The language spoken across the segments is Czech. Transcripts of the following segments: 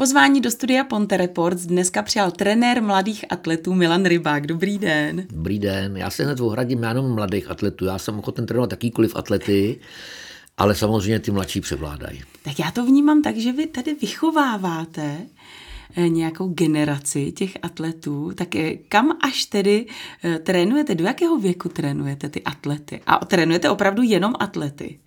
pozvání do studia Ponte Reports dneska přijal trenér mladých atletů Milan Rybák. Dobrý den. Dobrý den, já se hned ohradím jenom mladých atletů, já jsem ochoten trénovat jakýkoliv atlety, ale samozřejmě ty mladší převládají. Tak já to vnímám tak, že vy tady vychováváte nějakou generaci těch atletů, tak kam až tedy trénujete, do jakého věku trénujete ty atlety? A trénujete opravdu jenom atlety?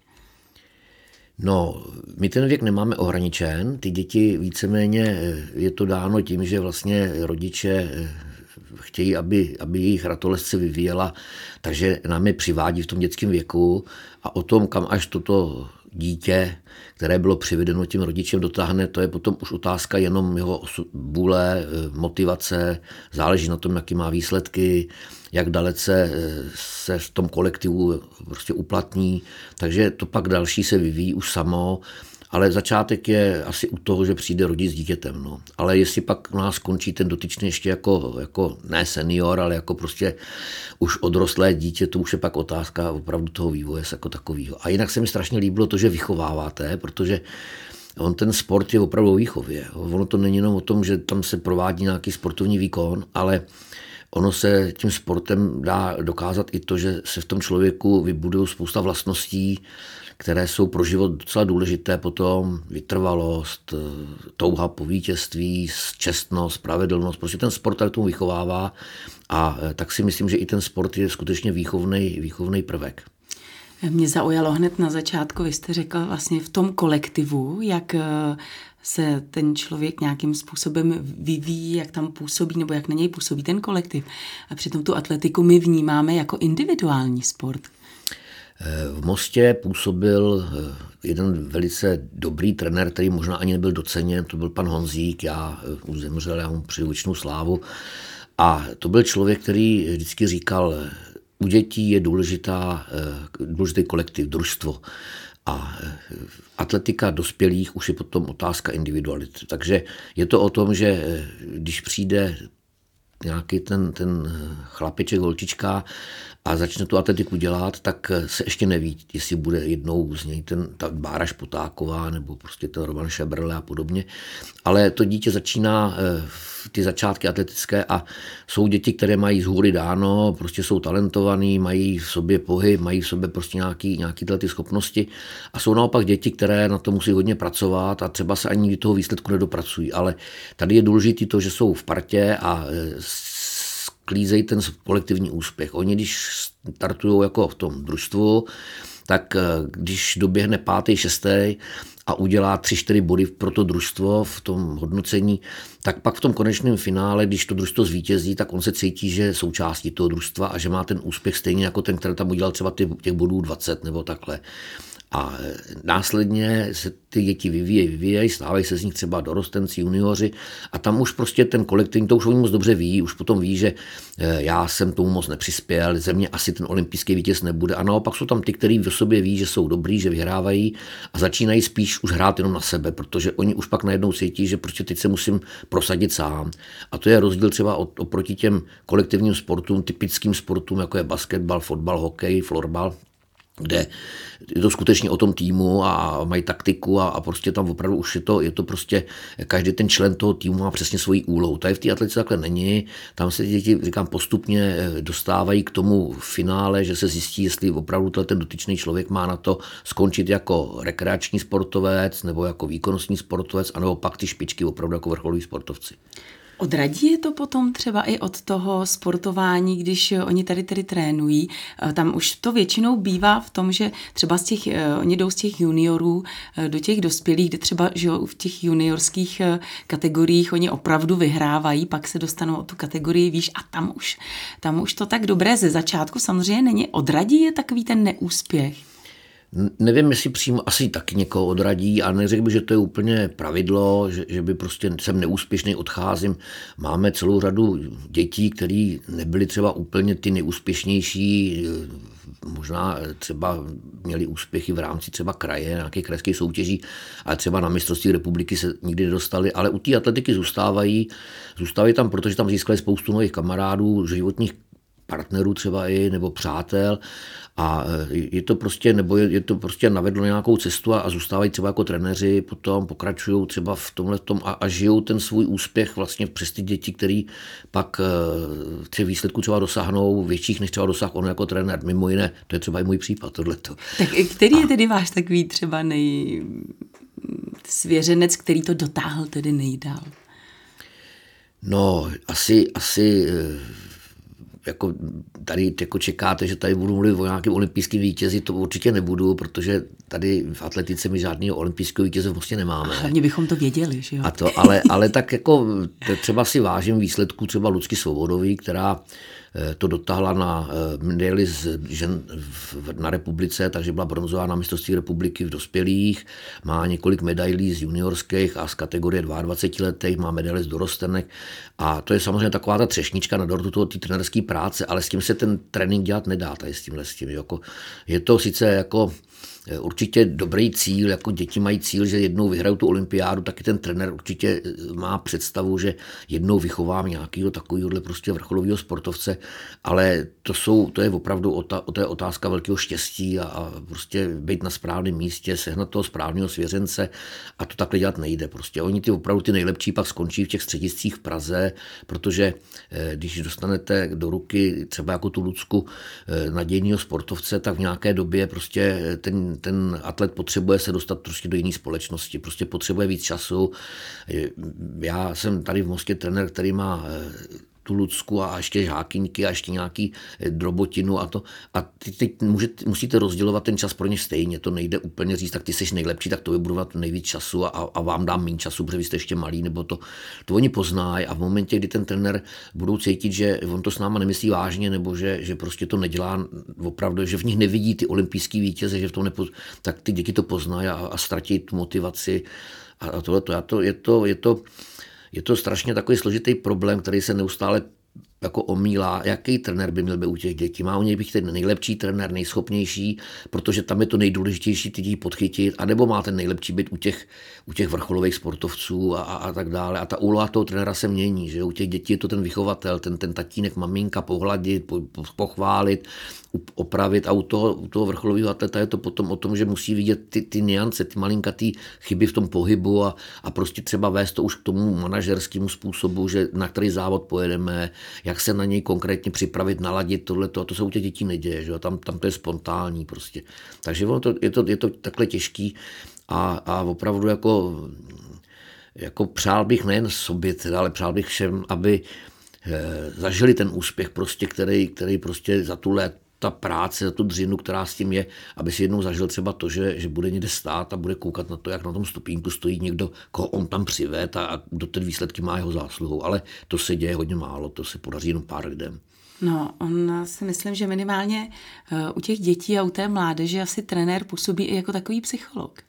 No, my ten věk nemáme ohraničen, ty děti víceméně je to dáno tím, že vlastně rodiče chtějí, aby jejich ratolest se vyvíjela, takže nám je přivádí v tom dětském věku a o tom, kam až toto dítě, které bylo přivedeno tím rodičem, dotáhne, to je potom už otázka jenom jeho vůle, motivace, záleží na tom, jaký má výsledky, jak dalece se v tom kolektivu prostě uplatní, takže to pak další se vyvíjí už samo, ale začátek je asi u toho, že přijde rodič s dítětem. No. Ale jestli pak u nás skončí ten dotyčný ještě jako ne senior, ale jako prostě už odrostlé dítě, to už je pak otázka opravdu toho vývoje jako takového. A jinak se mi strašně líbilo to, že vychováváte, protože ten sport je opravdu o výchově. Ono to není jenom o tom, že tam se provádí nějaký sportovní výkon, ale ono se tím sportem dá dokázat i to, že se v tom člověku vybudují spousta vlastností, které jsou pro život docela důležité potom, vytrvalost, touha po vítězství, čestnost, spravedlnost. Prostě ten sport tady tomu vychovává a tak si myslím, že i ten sport je skutečně výchovný prvek. Mě zaujalo hned na začátku, vy jste řekl vlastně v tom kolektivu, jak se ten člověk nějakým způsobem vyvíjí, jak tam působí nebo jak na něj působí ten kolektiv. A přitom tu atletiku my vnímáme jako individuální sport. V Mostě působil jeden velice dobrý trenér, který možná ani nebyl doceněn, to byl pan Honzík, já už zemřel, já mu přeju věčnou slávu. A to byl člověk, který vždycky říkal, u dětí je důležitý kolektiv, družstvo. A atletika dospělých už je potom otázka individuality. Takže je to o tom, že když přijde nějaký ten chlapeček, holčička a začne tu atletiku dělat, tak se ještě neví, jestli bude jednou z něj ta Bára Špotáková nebo prostě ten Roman Šebrle a podobně. Ale to dítě začíná ty začátky atletické a jsou děti, které mají z hůry dáno, prostě jsou talentovaný, mají v sobě pohyb, mají v sobě prostě nějaký ty schopnosti a jsou naopak děti, které na to musí hodně pracovat a třeba se ani do toho výsledku nedopracují. Ale tady je důležité to, že jsou v partě a sklízejí ten kolektivní úspěch. Oni, když startují jako v tom družstvu, tak když doběhne 5., 6. a udělá 3-4 body pro to družstvo v tom hodnocení, tak pak v tom konečném finále, když to družstvo zvítězí, tak on se cítí, že je součástí toho družstva a že má ten úspěch stejně jako ten, který tam udělal třeba těch bodů 20 nebo takhle. A následně se ty děti vyvíjejí, stávají se z nich třeba dorostenci, junioři a tam už prostě ten kolektivní, to už oni moc dobře ví, už potom ví, že já jsem tomu moc nepřispěl, ze mě asi ten olympijský vítěz nebude a naopak jsou tam ty, kteří v sobě ví, že jsou dobrý, že vyhrávají a začínají spíš už hrát jenom na sebe, protože oni už pak najednou cítí, že prostě teď se musím prosadit sám. A to je rozdíl třeba oproti těm kolektivním sportům, typickým sportům, jako je basketbal, fotbal, hokej, florbal, kde je to skutečně o tom týmu a mají taktiku a prostě tam opravdu už je to prostě, každý ten člen toho týmu má přesně svoji úlohu. Tady v té atletice takhle není, tam se děti, říkám, postupně dostávají k tomu finále, že se zjistí, jestli opravdu ten dotyčný člověk má na to skončit jako rekreační sportovec nebo jako výkonnostní sportovec, anebo pak ty špičky opravdu jako vrcholoví sportovci. Odradí je to potom třeba i od toho sportování, když oni tady trénují. Tam už to většinou bývá v tom, že třeba oni jdou z těch juniorů do těch dospělých, kde třeba že v těch juniorských kategoriích oni opravdu vyhrávají, pak se dostanou o tu kategorii výš a tam už to tak dobré ze začátku samozřejmě není. Odradí je takový ten neúspěch? Nevím, jestli přímo asi taky někoho odradí a neřekl bych, že to je úplně pravidlo, že by prostě jsem neúspěšný, odcházím. Máme celou řadu dětí, které nebyly třeba úplně ty nejúspěšnější, možná třeba měli úspěchy v rámci třeba kraje, nějakých krajských soutěží, ale třeba na mistrovství republiky se nikdy nedostali, ale u té atletiky zůstávají tam, protože tam získali spoustu nových kamarádů, životních partnerů třeba i, nebo přátel a je to prostě, nebo je to prostě navedlo nějakou cestu a zůstávají třeba jako trenéři, potom pokračují třeba v tomhletom a žijou ten svůj úspěch vlastně přes ty děti, který pak těch výsledků třeba dosáhnou větších, než třeba dosáhl on jako trenér. Mimo jiné, to je třeba i můj případ, tohleto. Tak který je tedy váš takový třeba svěřenec, který to dotáhl tedy nejdál? No, asi jako tady jako čekáte, že tady budu mluvit o nějakém olympijském vítězi, to určitě nebudu, protože tady v atletice my žádného olympijského vítěze vlastně nemáme. Hlavně bychom to věděli, že jo? A to, ale tak jako třeba si vážím výsledků třeba Lucky Svobodový, která to dotáhla na medaili na republice, takže byla bronzová na mistrovství republiky v dospělých, má několik medailí z juniorských a z kategorie 22 letech, má medaily z dorostenek a to je samozřejmě taková ta třešnička na dortu té trenérské práce, ale s tím se ten trénink dělat nedá, tady s tím. Jako, je to sice jako určitě dobrý cíl, jako děti mají cíl, že jednou vyhrajou tu olympiádu, taky ten trenér určitě má představu, že jednou vychovám nějakého takového prostě vrcholového sportovce, ale to je opravdu to je otázka velkého štěstí a prostě být na správném místě, sehnat toho správného svěřence a to takhle dělat nejde. Prostě oni opravdu ty nejlepší pak skončí v těch střediscích v Praze, protože když dostanete do ruky třeba jako tu Lucku nadějného sportovce, tak v nějaké době prostě ten atlet potřebuje se dostat prostě do jiné společnosti, prostě potřebuje víc času. Já jsem tady v Mostě trenér, který má tu Lucku a ještě žákyňky a ještě nějaký drobotinu a to. A teď musíte rozdělovat ten čas pro ně stejně. To nejde úplně říct, tak ty jsi nejlepší, tak to budu dát nejvíc času a vám dám méně času, protože vy jste ještě malý, nebo to oni poznají a v momentě, kdy ten trenér budou cítit, že on to s náma nemyslí vážně, nebo že prostě to nedělá opravdu, že v nich nevidí ty olympijský vítěze, že v tom tak ty děti to poznají a ztratí tu motivaci a tohleto. Je to strašně takový složitý problém, který se neustále jako omílá, jaký trenér by měl být u těch dětí. Má u něj být ten nejlepší trenér, nejschopnější, protože tam je to nejdůležitější ty děti podchytit, anebo má ten nejlepší být u těch vrcholových sportovců a tak dále. A ta úloha toho trenéra se mění, že u těch dětí je to ten vychovatel, ten tatínek, maminka, pohladit, pochválit, opravit a u toho vrcholového atleta je to potom o tom, že musí vidět ty nuance, ty malinkatý chyby v tom pohybu a prostě třeba vést to už k tomu manažerskému způsobu, že na který závod pojedeme, jak se na něj konkrétně připravit, naladit tohleto, a to se u těch dětí neděje, že jo? Tam to je spontánní prostě. Takže je to takhle těžký a opravdu jako přál bych nejen sobě, ale přál bych všem, aby zažili ten úspěch prostě, který prostě za tu ta práce, za tu dřinu, která s tím je, aby si jednou zažil třeba to, že bude někde stát a bude koukat na to, jak na tom stupínku stojí někdo, koho on tam přived a kdo ten výsledky má jeho zásluhou. Ale to se děje hodně málo, to se podaří jenom pár lidem. No, on si myslím, že minimálně u těch dětí a u té mládeže asi trenér působí i jako takový psycholog.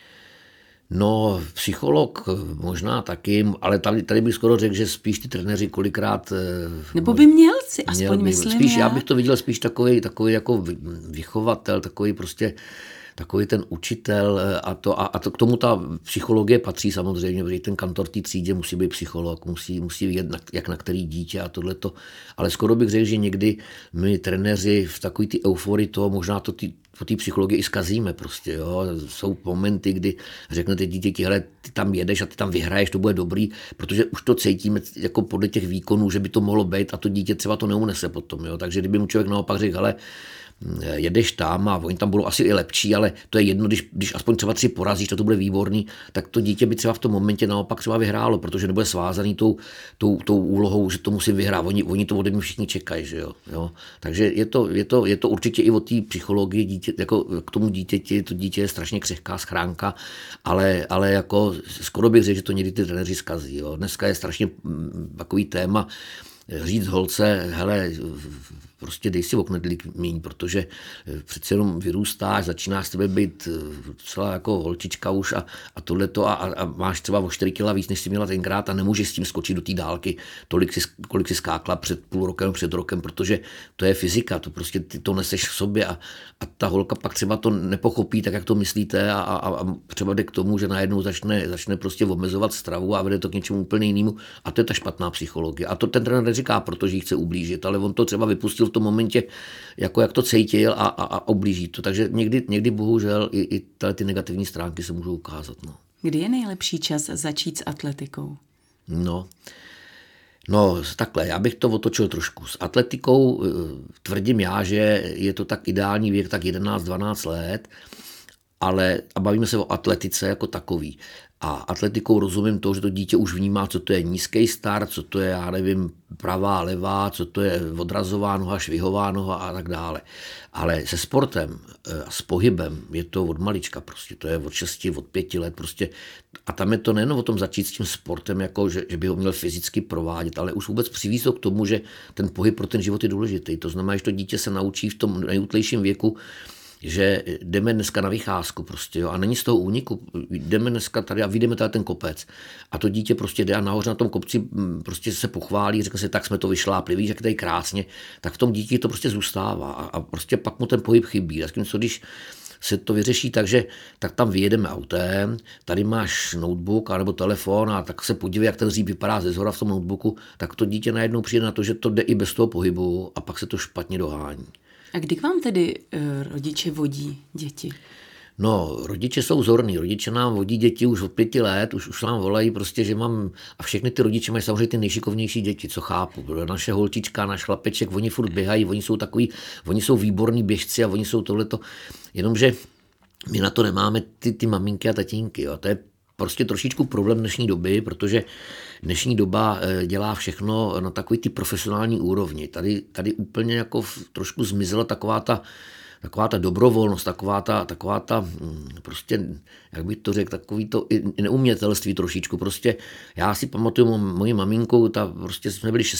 No, psycholog možná taky, ale tady bych skoro řekl, že spíš ty trenéři kolikrát... Nebo by měl si, aspoň myslím spíš, já bych to viděl spíš takový jako vychovatel, takový ten učitel a to k tomu ta psychologie patří samozřejmě, protože ten kantor té třídě musí být psycholog, musí vidět, jak na který dítě a tohleto. Ale skoro bych řekl, že někdy my trenéři v takový ty euforii toho možná to po té psychologii i zkazíme prostě, jo. Jsou momenty, kdy řeknete dítěti, hele, ty tam jedeš a ty tam vyhraješ, to bude dobrý, protože už to cítíme jako podle těch výkonů, že by to mohlo být a to dítě třeba to neunese potom, jo. Takže kdyby mu člověk naopak řekl, hele, jedeš tam a oni tam budou asi i lepší, ale to je jedno, když aspoň třeba 3 porazíš, to bude výborný, tak to dítě by třeba v tom momentě naopak třeba vyhrálo, protože nebude svázaný tou úlohou, že to musí vyhrát. Oni to ode mě všichni čekají, že jo. Takže je to určitě i o té psychologii dítě, jako k tomu dítěti, to dítě je strašně křehká schránka, ale jako skoro bych řekl, že to někdy ty trenéři zkazí, jo. Dneska je strašně takový téma říct holce, hele, prostě dej si o knedlík míň, protože přece jenom vyrůstáš, začínáš s tebe být celá jako holčička už a tohleto a máš třeba o 4 kila víc, než jsi měla tenkrát a nemůžeš s tím skočit do té dálky, kolik si skákla před půl rokem, před rokem, protože to je fyzika, to prostě ty to neseš v sobě a ta holka pak třeba to nepochopí tak, jak to myslíte a třeba jde k tomu, že najednou začne prostě omezovat stravu a vede to k něčemu úplně jinému a to je ta špatná psychologie. A to ten trenér neříká, protože jí chce ublížit, ale on to třeba vypustil v tom momentě, jako jak to cítil a ublíží to. Takže někdy bohužel i ty negativní stránky se můžou ukázat. No. Kdy je nejlepší čas začít s atletikou? No, takhle, já bych to otočil trošku. S atletikou tvrdím já, že je to tak ideální věk, tak 11-12 let, ale a bavíme se o atletice jako takový. A atletikou rozumím to, že to dítě už vnímá, co to je nízký start, co to je, já nevím, pravá, levá, co to je odrazová noha, švihová noha a tak dále. Ale se sportem a s pohybem je to od malička prostě, to je od 6, od 5 let prostě. A tam je to nejen o tom začít s tím sportem, jako že by ho měl fyzicky provádět, ale už vůbec přivízt to k tomu, že ten pohyb pro ten život je důležitý. To znamená, že to dítě se naučí v tom nejútlejším věku, že jdeme dneska na vycházku prostě, jo, a není z toho úniku, jdeme dneska tady a vyjdeme tady ten kopec a to dítě prostě jde a nahoře na tom kopci prostě se pochválí, řekne si, tak jsme to vyšlápli, víš, jak tady krásně, tak v tom dítě to prostě zůstává a prostě pak mu ten pohyb chybí. A co když se to vyřeší tak tam vyjedeme autem, tady máš notebook anebo telefon a tak se podívej, jak ten hřích vypadá ze zhora v tom notebooku, tak to dítě najednou přijde na to, že to jde i bez toho pohybu a pak se to špatně dohání. A kdy k vám tedy rodiče vodí děti? No, rodiče jsou vzorní, rodiče nám vodí děti už od 5 let, už nám volají prostě, že mám, a všechny ty rodiče mají samozřejmě ty nejšikovnější děti, co chápu. Naše holčička, náš chlapeček, oni furt běhají, oni jsou výborní běžci a oni jsou tohleto, jenomže my na to nemáme ty maminky a tatínky, jo. To je prostě trošičku problém dnešní doby, protože dnešní doba dělá všechno na takový ty profesionální úrovni. Tady úplně jako trošku zmizela taková ta dobrovolnost, taková ta prostě, jak bych to řekl, takový to neumětelství trošičku. Prostě já si pamatuju moji maminku, prostě jsme byli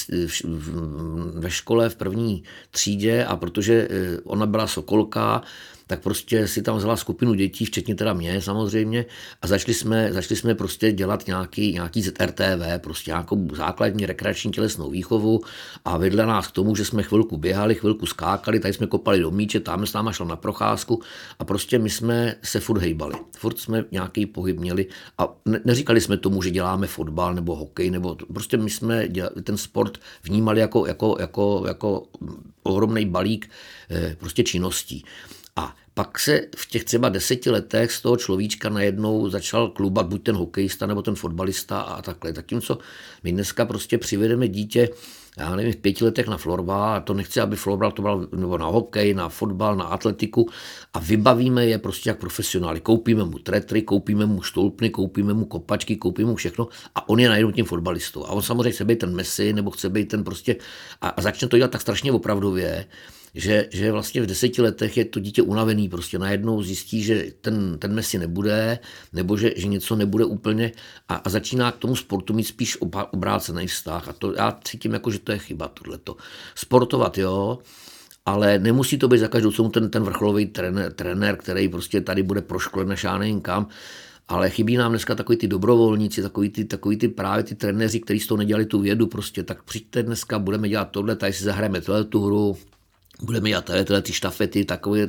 ve škole v první třídě a protože ona byla sokolka, tak prostě si tam vzala skupinu dětí, včetně teda mě samozřejmě, a začali jsme prostě dělat nějaký ZRTV, prostě nějakou základní rekreační tělesnou výchovu a vedle nás k tomu, že jsme chvilku běhali, chvilku skákali, tady jsme kopali do míče, tam s náma šla na procházku a prostě my jsme se furt hejbali. Furt jsme nějaký pohyb měli a neříkali jsme tomu, že děláme fotbal nebo hokej, nebo prostě my jsme ten sport vnímali jako ohromný balík prostě činností. A pak se v těch třeba 10 letech z toho človíčka najednou začal klubat buď ten hokejista nebo ten fotbalista a takhle. Zatímco my dneska prostě přivedeme dítě, já nevím, v 5 letech na florbal, a to nechci, aby florbal to byl nebo na hokej, na fotbal, na atletiku a vybavíme je prostě jak profesionály. Koupíme mu tretry, koupíme mu štolpny, koupíme mu kopačky, koupíme mu všechno a on je najednou tím fotbalistou. A on samozřejmě chce být ten Messi nebo chce být ten prostě a začne to dělat tak strašně opravdově, že vlastně v 10 letech je to dítě unavený, prostě najednou zjistí, že ten Messi nebude, nebo že něco nebude úplně a začíná k tomu sportu mít spíš obrácený vztah a to já cítím jako, že to je chyba tohleto. Sportovat, jo, ale nemusí to být za každou cenu ten vrcholový trenér, který prostě tady bude proškolen až já nevím kam, ale chybí nám dneska takový ty dobrovolníci, takový ty právě ty trenéři, kteří z toho nedělali tu vědu prostě, tak přijďte dneska, budeme dělat tohle, tady si zahrajeme tu hru, budeme dělat tyhle ty štafety,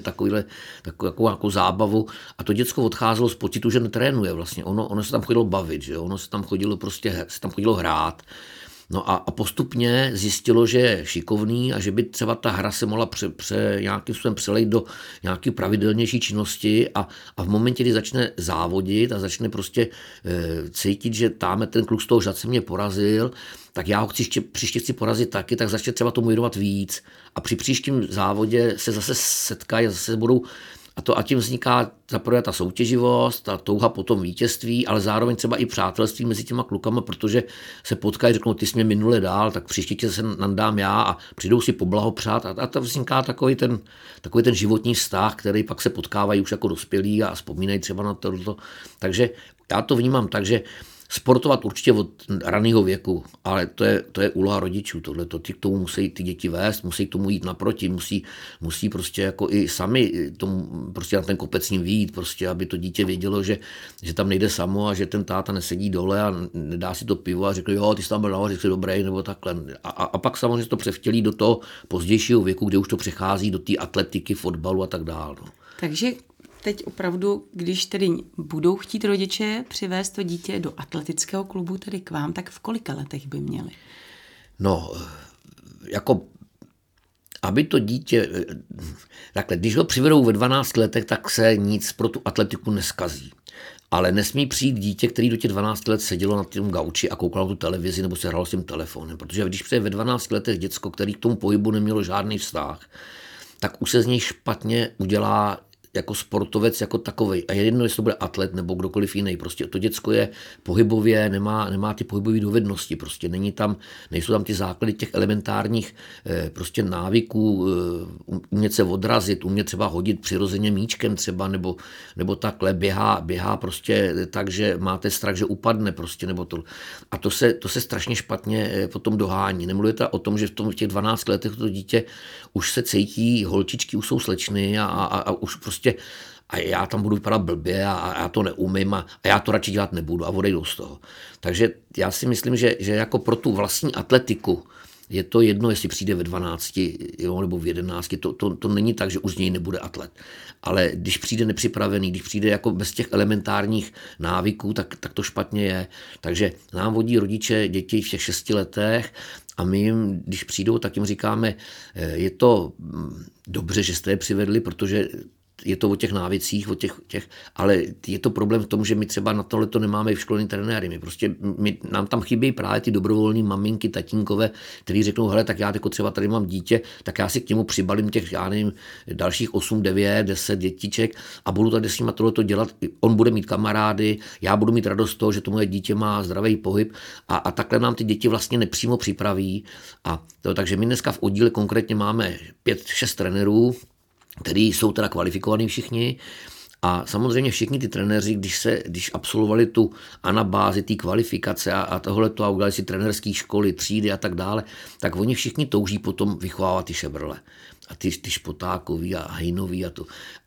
takovou zábavu a to děcko odcházelo z pocitu, že netrénuje vlastně. Ono se tam chodilo bavit, že? Ono se tam chodilo hrát. No a postupně zjistilo, že je šikovný a že by třeba ta hra se mohla nějakým způsobem přelejt do nějaké pravidelnější činnosti a v momentě, kdy začne závodit a začne prostě cítit, že táme ten kluk z toho žadce mě porazil, tak já ho příště chci porazit taky, tak začne třeba tomu věnovat víc a při příštím závodě se zase setkají, zase budou a tím vzniká zaprvé ta soutěživost, ta touha po tom vítězství, ale zároveň třeba i přátelství mezi těma klukama, protože se potkají, řeknou, ty jsi mě minule dál, tak příště tě se nandám já a přijdou si poblahopřát a to vzniká takový ten životní vztah, který pak se potkávají už jako dospělí a vzpomínají třeba na to. Takže já to vnímám tak, že sportovat určitě od raného věku, ale to je úloha rodičů, tohleto. Ty k tomu musí ty děti vést, musí k tomu jít naproti, musí prostě jako i sami tomu prostě na ten kopec ním vyjít, prostě, aby to dítě vědělo, že tam nejde samo a že ten táta nesedí dole a nedá si to pivo a řekl, jo, ty jsi tam byl nahoře, jsi dobrý, nebo takhle. A pak samozřejmě to převtělí do toho pozdějšího věku, kde už to přechází do té atletiky, fotbalu a tak dále. No. Takže teď opravdu, když tedy budou chtít rodiče přivést to dítě do atletického klubu, tedy k vám, tak v kolika letech by měli? No, jako aby to dítě, takhle, když ho přivedou ve 12 letech, tak se nic pro tu atletiku neskazí. Ale nesmí přijít dítě, který do těch 12 let sedělo na tom gauči a koukalo na tu televizi nebo se hralo s tím telefonem. Protože když přijde ve 12 letech děcko, který k tomu pohybu nemělo žádný vztah, tak už se z něj špatně udělá jako sportovec jako takovej. A je jedno, jestli to bude atlet nebo kdokoliv jiný. Prostě to děcko je pohybově, nemá ty pohybové dovednosti. Prostě nejsou tam ty základy těch elementárních prostě návyků, umět se odrazit, umět třeba hodit přirozeně míčkem třeba, nebo takhle běhá prostě tak, že máte strach, že upadne prostě, nebo to. A to se strašně špatně potom dohání. Nemluvíme o tom, že v těch 12 letech to dítě už se cítí, holčičky už jsou slečny a už prostě a já tam budu vypadat blbě a já to neumím a já to radši dělat nebudu a odejdou z toho. Takže já si myslím, že jako pro tu vlastní atletiku je to jedno, jestli přijde ve 12 nebo v 11, to není tak, že už z něj nebude atlet. Ale když přijde nepřipravený, když přijde jako bez těch elementárních návyků, tak to špatně je. Takže nám vodí rodiče děti v těch 6 letech a my jim, když přijdou, tak jim říkáme, je to dobře, že jste je přivedli, protože je to o těch návycích, ale je to problém v tom, že my třeba na tohle to nemáme vyškolený trenéry. Nám tam chybí právě ty dobrovolní maminky, tatínkové, kteří řeknou, hele, tak já jako třeba tady mám dítě, tak já si k němu přibalím těch, já nevím, dalších 8, 9, 10 dětiček a budu tady s nima tohleto dělat. On bude mít kamarády, já budu mít radost z toho, že to moje dítě má zdravý pohyb a takhle nám ty děti vlastně nepřímo připraví. Takže my dneska v oddíle konkrétně máme 5-6 trenérů, který jsou teda kvalifikovaní všichni a samozřejmě všichni ty trenéři, když absolvovali tu anabázi, ty kvalifikace a tohleto a udělali si trenérské školy, třídy a tak dále, tak oni všichni touží potom vychovávat ty šebrle. A ty Špotákový a Hejnový a to.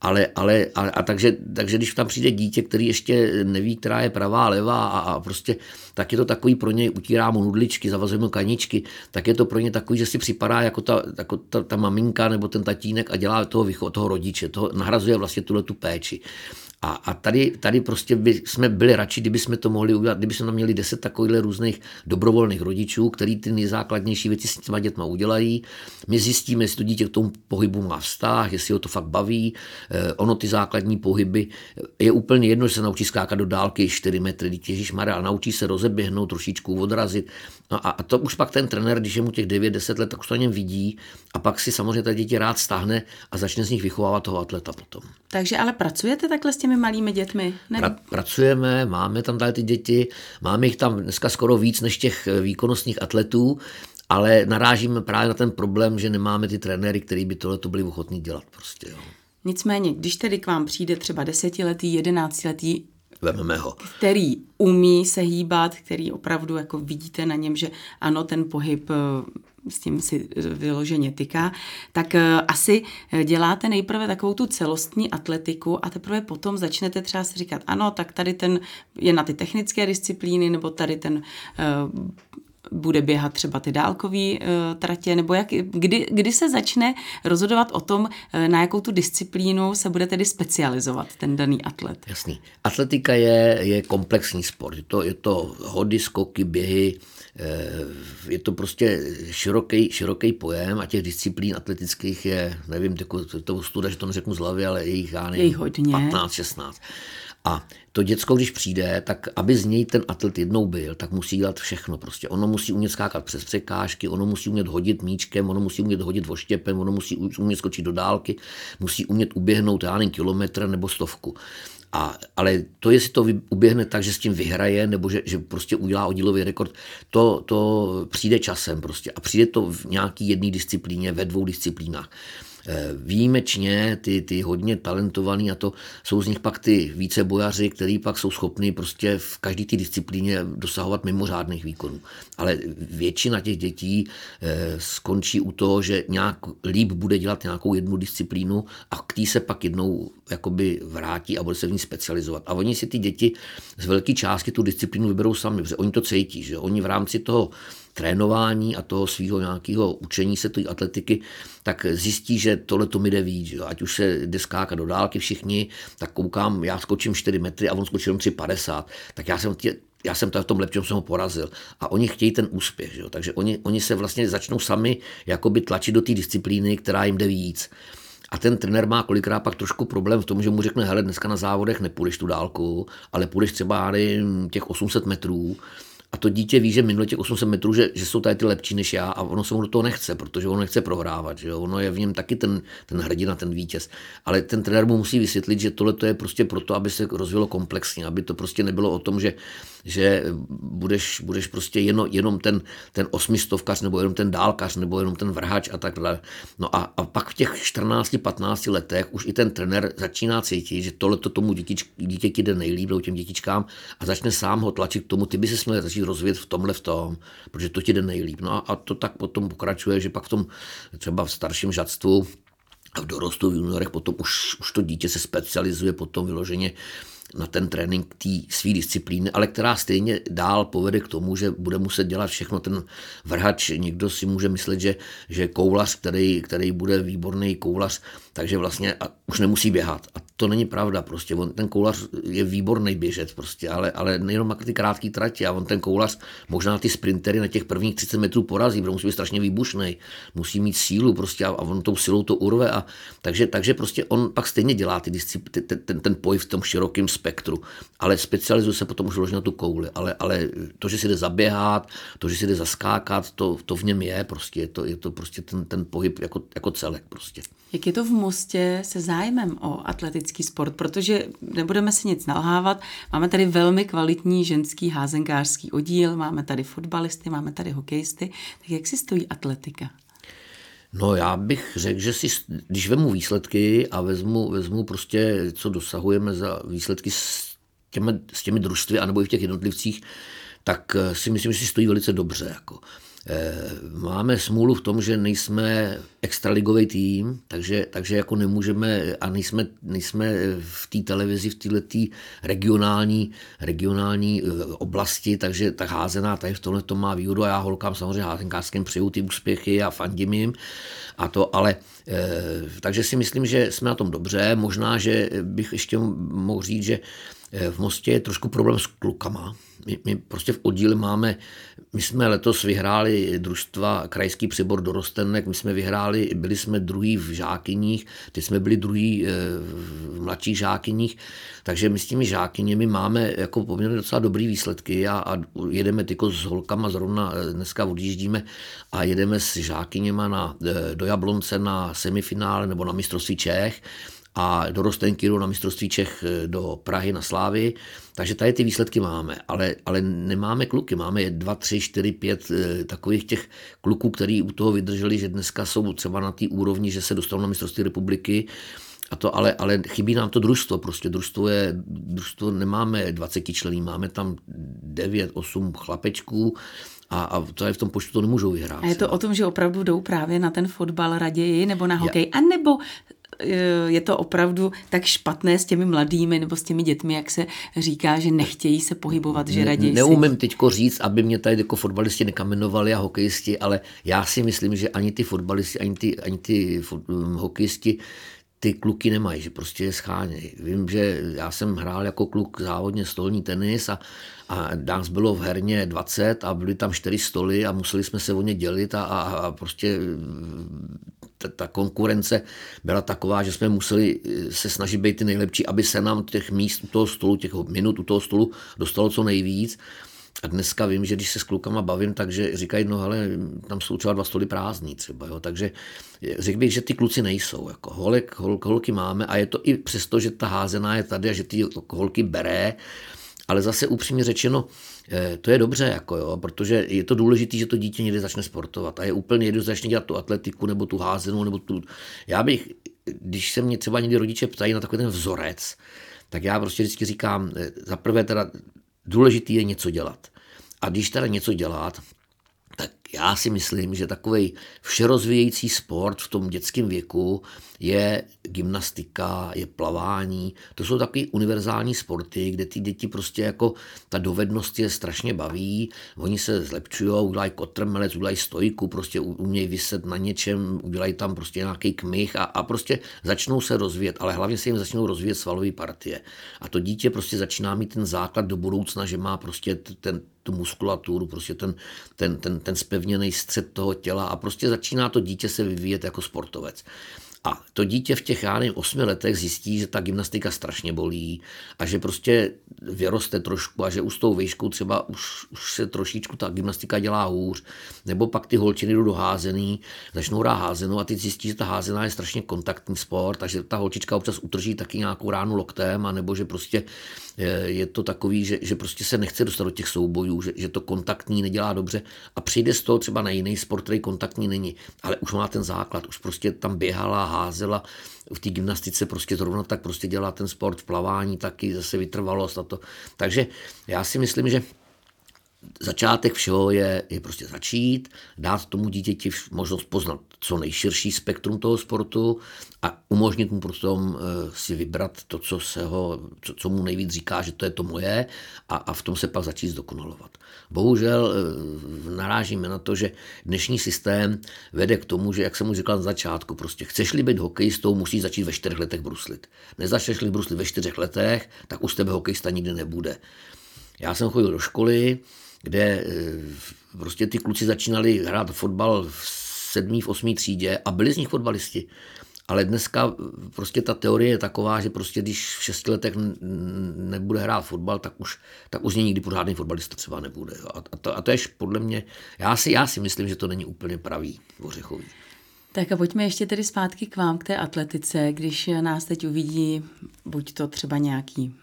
Takže když tam přijde dítě, který ještě neví, která je pravá, levá a prostě, tak je to takový pro něj, utírá mu nudličky, zavazuje mu kaničky, tak je to pro ně takový, že si připadá jako ta maminka nebo ten tatínek a dělá toho rodiče, nahrazuje vlastně tu péči. A tady prostě jsme byli radši, kdyby jsme to mohli udělat, kdyby jsme tam měli 10 takových různých dobrovolných rodičů, který ty nejzákladnější věci s těma dětma udělají. My zjistíme, jestli to dítě k tomu pohybu má vztah, jestli ho to fakt baví. Ono ty základní pohyby, je úplně jedno, že se naučí skákat do dálky 4 metry, dítě ježišmarja, a naučí se rozeběhnout, trošičku odrazit. A to už pak ten trenér, když je mu těch 9-10 let, tak už to na něm vidí a pak si samozřejmě ta děti rád stáhne a začne z nich vychovávat toho atleta potom. Takže ale pracujete takhle s těmi malými dětmi? Pracujeme, máme tam tady ty děti, máme jich tam dneska skoro víc než těch výkonnostních atletů, ale narážíme právě na ten problém, že nemáme ty trenéry, kteří by tohleto byli ochotní dělat prostě. Jo. Nicméně, když tedy k vám přijde třeba 10letý, 11letý, vememe ho, který umí se hýbat, který opravdu jako vidíte na něm, že ano, ten pohyb s tím si vyloženě tyká, tak asi děláte nejprve takovou tu celostní atletiku a teprve potom začnete třeba si říkat, ano, tak tady ten je na ty technické disciplíny, nebo tady ten bude běhat třeba ty dálkové tratě, nebo kdy se začne rozhodovat o tom, na jakou tu disciplínu se bude tedy specializovat ten daný atlet. Jasný. Atletika je komplexní sport. Je to hody, skoky, běhy, je to prostě široký pojem a těch disciplín atletických je, nevím, to studa, že to neřeknu z hlavy, ale je jich hodně. 15, 16. A to děcko, když přijde, tak aby z něj ten atlet jednou byl, tak musí dělat všechno prostě. Ono musí umět skákat přes překážky, ono musí umět hodit míčkem, ono musí umět hodit voštěpem, ono musí umět skočit do dálky, musí umět uběhnout, já nevím, kilometr nebo 100. Ale to, jestli to uběhne tak, že s tím vyhraje, nebo že prostě udělá oddílový rekord, to přijde časem prostě. A přijde to v nějaký jedné disciplíně, ve 2 disciplínách. Výjimečně ty hodně talentovaný a to jsou z nich pak ty vícebojaři, který pak jsou schopni prostě v každé té disciplíně dosahovat mimořádných výkonů. Ale většina těch dětí skončí u toho, že nějak líp bude dělat nějakou jednu disciplínu a k té se pak jednou jakoby vrátí a bude se v ní specializovat. A oni si ty děti z velké části tu disciplínu vyberou sami, protože oni to cítí, že oni v rámci toho trénování a toho svého nějakého učení se té atletiky, tak zjistí, že tohle to mi jde víc. Že? Ať už se jde skákat do dálky všichni, tak koukám, já skočím 4 metry a on skočil 3,50. Tak já jsem já jsem v tom lepším, jsem ho porazil. A oni chtějí ten úspěch, jo? Takže oni se vlastně začnou sami jakoby tlačit do té disciplíny, která jim jde víc. A ten trenér má kolikrát pak trošku problém v tom, že mu řekne, hele, dneska na závodech nepůjdeš tu dálku, ale půjdeš třeba těch 800 metrů. A to dítě ví, že minule těch 800 metrů, že jsou tady ty lepší než já a ono se mu do toho nechce, protože ono nechce prohrávat. Že jo? Ono je v něm taky ten hrdina, ten vítěz. Ale ten trenér mu musí vysvětlit, že tohle je prostě proto, aby se rozvíjelo komplexně, aby to prostě nebylo o tom, že budeš prostě jenom ten 800kař, nebo jenom ten dálkař, nebo jenom ten vrhač a tak dále. No a pak v těch 14-15 letech už i ten trenér začíná cítit, že tohleto tomu dítěti jde nejlíp, těm dětičkám a začne sám ho tlačit k tomu, ty by se měl začít rozvíjet v tom, protože to ti jde nejlíp. No a to tak potom pokračuje, že pak v tom třeba v starším žadstvu a v dorostu v juniorech potom už to dítě se specializuje potom vyloženě na ten trénink té své disciplíny, ale která stejně dál povede k tomu, že bude muset dělat všechno ten vrhač. Někdo si může myslet, že koulař, který bude výborný koulař, takže vlastně už nemusí běhat. A to není pravda prostě. Ten koulař je výborný běžec prostě, ale nejenom na ty krátké trati. A on ten koulař možná ty sprintery na těch prvních 30 metrů porazí, protože musí být strašně výbušný, musí mít sílu prostě a on tou silou to urve. Takže prostě on pak stejně dělá ten pohyb v tom širokém spektru, ale specializuje se potom už vložit na tu kouli. Ale to, že si jde zaběhat, to, že si jde zaskákat, to v něm je prostě. Je to prostě ten pohyb jako celek prostě. Jak je to v Mostě se zájmem o atletický sport? Protože nebudeme si nic nalhávat, máme tady velmi kvalitní ženský házenkářský oddíl, máme tady fotbalisty, máme tady hokejisty, tak jak si stojí atletika? No já bych řekl, že když vemu výsledky a vezmu prostě, co dosahujeme za výsledky s těmi družstvy anebo i v těch jednotlivcích, tak si myslím, že si stojí velice dobře. Jako. Máme smůlu v tom, že nejsme extraligový tým, takže jako nemůžeme a nejsme v té televizi, v této regionální oblasti, takže ta házená tady v tomhle to má výhodu a já holkám samozřejmě házenkářským přeju ty úspěchy a fandím jim a to, ale takže si myslím, že jsme na tom dobře. Možná, že bych ještě mohl říct, že v Mostě je trošku problém s klukama. My prostě v oddíle my jsme letos vyhráli družstva krajský přebor dorostenek, byli jsme druhý v žákyních, teď jsme byli druhý v mladších žákyních, takže my s těmi žákyněmi máme jako poměrně docela dobrý výsledky a jedeme tyko s holkama, zrovna dneska odjíždíme a jedeme s žákyněma do Jablonce na semifinále nebo na mistrovství Čech a dorostenky jdou na mistrovství Čech do Prahy na Slávy, takže tady ty výsledky máme, ale nemáme kluky, máme 2, 3, 4, 5 takových těch kluků, který u toho vydrželi, že dneska jsou třeba na té úrovni, že se dostanou na mistrovství republiky, a to, ale chybí nám to družstvo, prostě družstvo nemáme 20 člení, máme tam 9, 8 chlapečků, a to je v tom počtu to nemůžou vyhrát. A je to o tom, že opravdu jdou právě na ten fotbal raději nebo na hokej, anebo je to opravdu tak špatné s těmi mladými nebo s těmi dětmi, jak se říká, že nechtějí se pohybovat, že raději Neumím teďko říct, aby mě tady jako fotbalisti nekamenovali a hokejisti, ale já si myslím, že ani ty fotbalisti, ani ty hokejisti ty kluky nemají, že prostě je schánějí. Vím, že já jsem hrál jako kluk závodně stolní tenis a nás bylo v herně 20 a byly tam 4 stoly a museli jsme se o ně dělit a prostě ta konkurence byla taková, že jsme museli se snažit být ty nejlepší, aby se nám těch míst u toho stolu, těch minut u toho stolu dostalo co nejvíc. A dneska vím, že když se s klukama bavím, takže říkají, no hele, tam jsou třeba 2 stoly prázdní třeba, jo. Takže řekl bych, že ty kluci nejsou, jako holky máme a je to i přesto, že ta házená je tady a že ty holky bere, ale zase upřímně řečeno, to je dobře, jako jo, protože je to důležité, že to dítě někde začne sportovat a je úplně jedno, začne dělat tu atletiku nebo tu házenou, nebo tu. Já bych, když se mě třeba někdy rodiče ptají na takový ten vzorec, tak já prostě vždycky říkám, zaprvé teda důležitý je něco dělat. A když teda něco dělat, tak já si myslím, že takovej všerozvíjející sport v tom dětském věku je gymnastika, je plavání. To jsou takový univerzální sporty, kde ty děti prostě jako ta dovednost je strašně baví, oni se zlepšují, udělají kotrmelec, udělají stojku, prostě umějí vyset na něčem, udělají tam prostě nějaký kmich a prostě začnou se rozvíjet, ale hlavně se jim začnou rozvíjet svalové partie. A to dítě prostě začíná mít ten základ do budoucna, že má prostě tu muskulaturu, prostě ten zpevněný střed toho těla a prostě začíná to dítě se vyvíjet jako sportovec. A to dítě v těch, já nevím, 8 letech zjistí, že ta gymnastika strašně bolí a že prostě vyroste trošku a že už s tou výškou třeba už se trošičku ta gymnastika dělá hůř, nebo pak ty holčiny jdou do házený, začnou hrát házenou a ty zjistí, že ta házená je strašně kontaktní sport a že ta holčička občas utrží taky nějakou ránu loktem, anebo že prostě je to takový, že prostě se nechce dostat do těch soubojů, že to kontaktní nedělá dobře a přijde z toho třeba na jiný sport, který kontaktní není, ale už má ten základ, už prostě tam běhala, házela, v té gymnastice prostě zrovna tak prostě dělá ten sport, v plavání taky zase vytrvalost a to. Takže já si myslím, že začátek všeho je prostě začít, dát tomu dítěti možnost poznat co nejširší spektrum toho sportu a umožnit mu potom si vybrat to, co mu nejvíc říká, že to je to moje a v tom se pak začít zdokonalovat. Bohužel narážíme na to, že dnešní systém vede k tomu, že, jak jsem už říkal na začátku, prostě chceš-li být hokejistou, musíš začít ve 4 letech bruslit. Nezačneš-li bruslit ve 4 letech, tak už z tebe hokejista nikdy nebude. Já jsem chodil do školy, kde prostě ty kluci začínali hrát fotbal v 7. v 8. třídě a byli z nich fotbalisti. Ale dneska prostě ta teorie je taková, že prostě když v 6 letech nebude hrát fotbal, tak už z něj nikdy pořádný fotbalista třeba nebude. A to je podle mě, já si myslím, že to není úplně pravý ořechový. Tak a pojďme ještě tedy zpátky k vám, k té atletice, když nás teď uvidí buď to třeba nějaký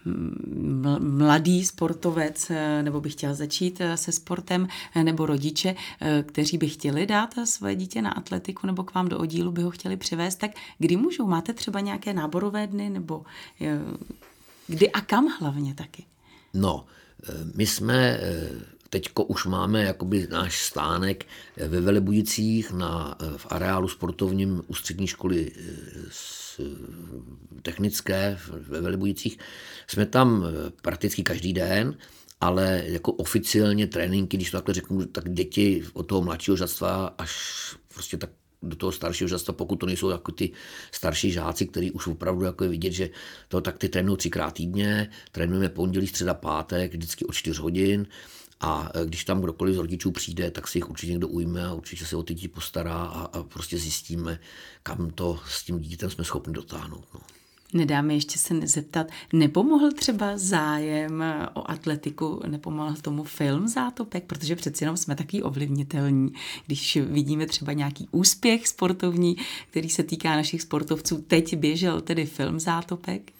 mladý sportovec, nebo by chtěl začít se sportem, nebo rodiče, kteří by chtěli dát svoje dítě na atletiku nebo k vám do oddílu by ho chtěli přivést, tak kdy můžou? Máte třeba nějaké náborové dny, nebo kdy a kam hlavně taky? No, my jsme... Teďko už máme jakoby náš stánek ve Velebudicích v areálu sportovním ústřední školy technické ve Velebudicích. Jsme tam prakticky každý den, ale jako oficiálně tréninky, když to takhle řeknu, tak děti od toho mladšího žadstva až prostě tak do toho staršího žadstva, pokud to nejsou jako ty starší žáci, kteří už opravdu jako je vidět, že to tak ty trénují 3krát týdně, trénujeme pondělí, středa, pátek, vždycky od 4 hodin. A když tam kdokoliv z rodičů přijde, tak si jich určitě někdo ujme a určitě se o ty děti postará a prostě zjistíme, kam to s tím dítětem jsme schopni dotáhnout. No. Nedáme ještě se zeptat, nepomohl třeba zájem o atletiku, nepomohl tomu film Zátopek, protože přeci jenom jsme taky ovlivnitelní. Když vidíme třeba nějaký úspěch sportovní, který se týká našich sportovců, teď běžel tedy film Zátopek.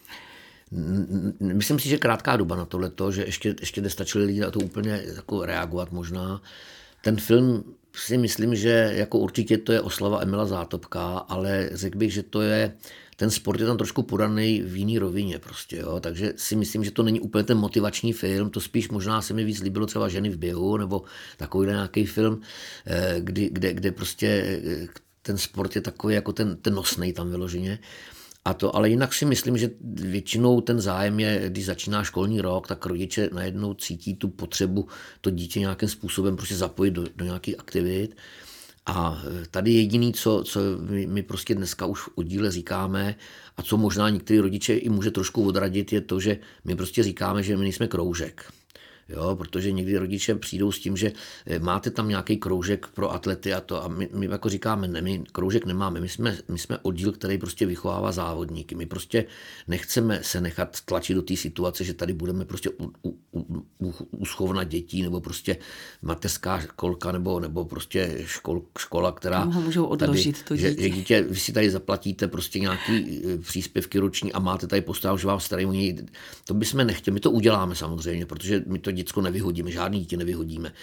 Myslím si, že krátká doba na tohleto, že ještě nestačili lidi na to úplně jako reagovat možná. Ten film si myslím, že jako určitě to je oslava Emila Zátopka, ale řekl bych, že ten sport je tam trošku podaný v jiný rovině prostě, jo? Takže si myslím, že to není úplně ten motivační film, to spíš možná se mi víc líbilo třeba Ženy v běhu nebo takovýhle nějaký film, kde prostě ten sport je takový jako ten nosnej tam vyloženě. Ale jinak si myslím, že většinou ten zájem je, když začíná školní rok, tak rodiče najednou cítí tu potřebu to dítě nějakým způsobem prostě zapojit do nějakých aktivit. A tady jediný, co my prostě dneska už v oddíle říkáme a co možná některý rodiče i může trošku odradit, je to, že my prostě říkáme, že my nejsme kroužek. Jo, protože někdy rodiče přijdou s tím, že máte tam nějaký kroužek pro atlety a my jako říkáme, ne, my kroužek nemáme, my jsme oddíl, který prostě vychovává závodníky. My prostě nechceme se nechat tlačit do té situace, že tady budeme prostě uschovna dětí nebo prostě mateřská školka nebo prostě škola, která můžou odložit to dítě. Že dítě, vy si tady zaplatíte prostě nějaký příspěvky roční a máte tady postavu, že vám starají o něj. To bychom nechtěli, my to uděláme samozřejmě, protože my to děcko nevyhodíme, žádný dítě nevyhodíme.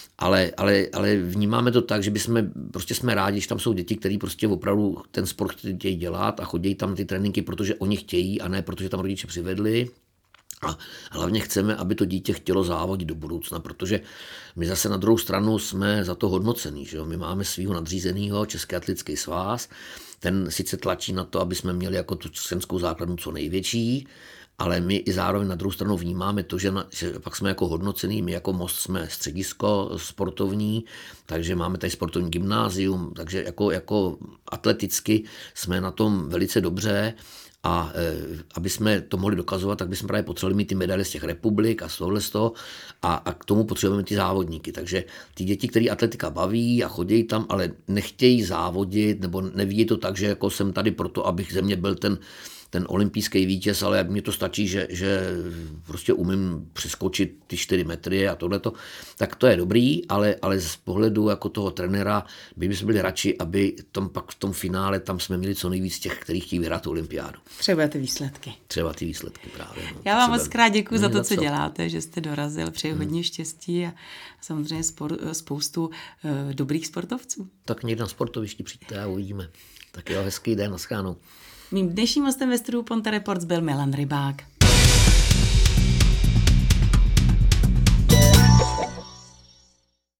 Ale vnímáme to tak, že jsme rádi, že tam jsou děti, které prostě opravdu ten sport chtějí dělat a chodí tam ty tréninky, protože oni chtějí a ne protože tam rodiče přivedli. A hlavně chceme, aby to dítě chtělo závodit do budoucna, protože my zase na druhou stranu jsme za to hodnocený. Že jo? My máme svýho nadřízenýho Český atletický svaz, ten sice tlačí na to, aby jsme měli jako tu členskou základnu co největší, ale my i zároveň na druhou stranu vnímáme to, že pak jsme jako hodnocený, my jako Most jsme středisko sportovní, takže máme tady sportovní gymnázium, takže jako atleticky jsme na tom velice dobře. A aby jsme to mohli dokazovat, tak bychom právě potřebovali mít ty medaile z těch republik a z tohle z toho a k tomu potřebujeme ty závodníky. Takže ty děti, který atletika baví a chodí tam, ale nechtějí závodit nebo nevidí to tak, že jako jsem tady proto, abych ze mě byl ten olympijský vítěz, ale mně to stačí, že prostě umím přeskočit ty 4 metry a tohleto, tak to je dobrý, ale z pohledu jako toho trenéra bychom byli radši, aby pak v tom finále tam jsme měli co nejvíc těch, kteří chtějí vyhrát olympiádu. Třeba ty výsledky. Třeba ty výsledky právě. No. Já vám moc krát děkuji za to, co děláte, že jste dorazil, přeji hodně štěstí a samozřejmě spoustu dobrých sportovců. Tak někdy na sportovišti přijďte a uvidíme. Tak jo, hezký den, naschledanou. Mým dnešním hostem ve studiu Ponte Reports byl Milan Rybák.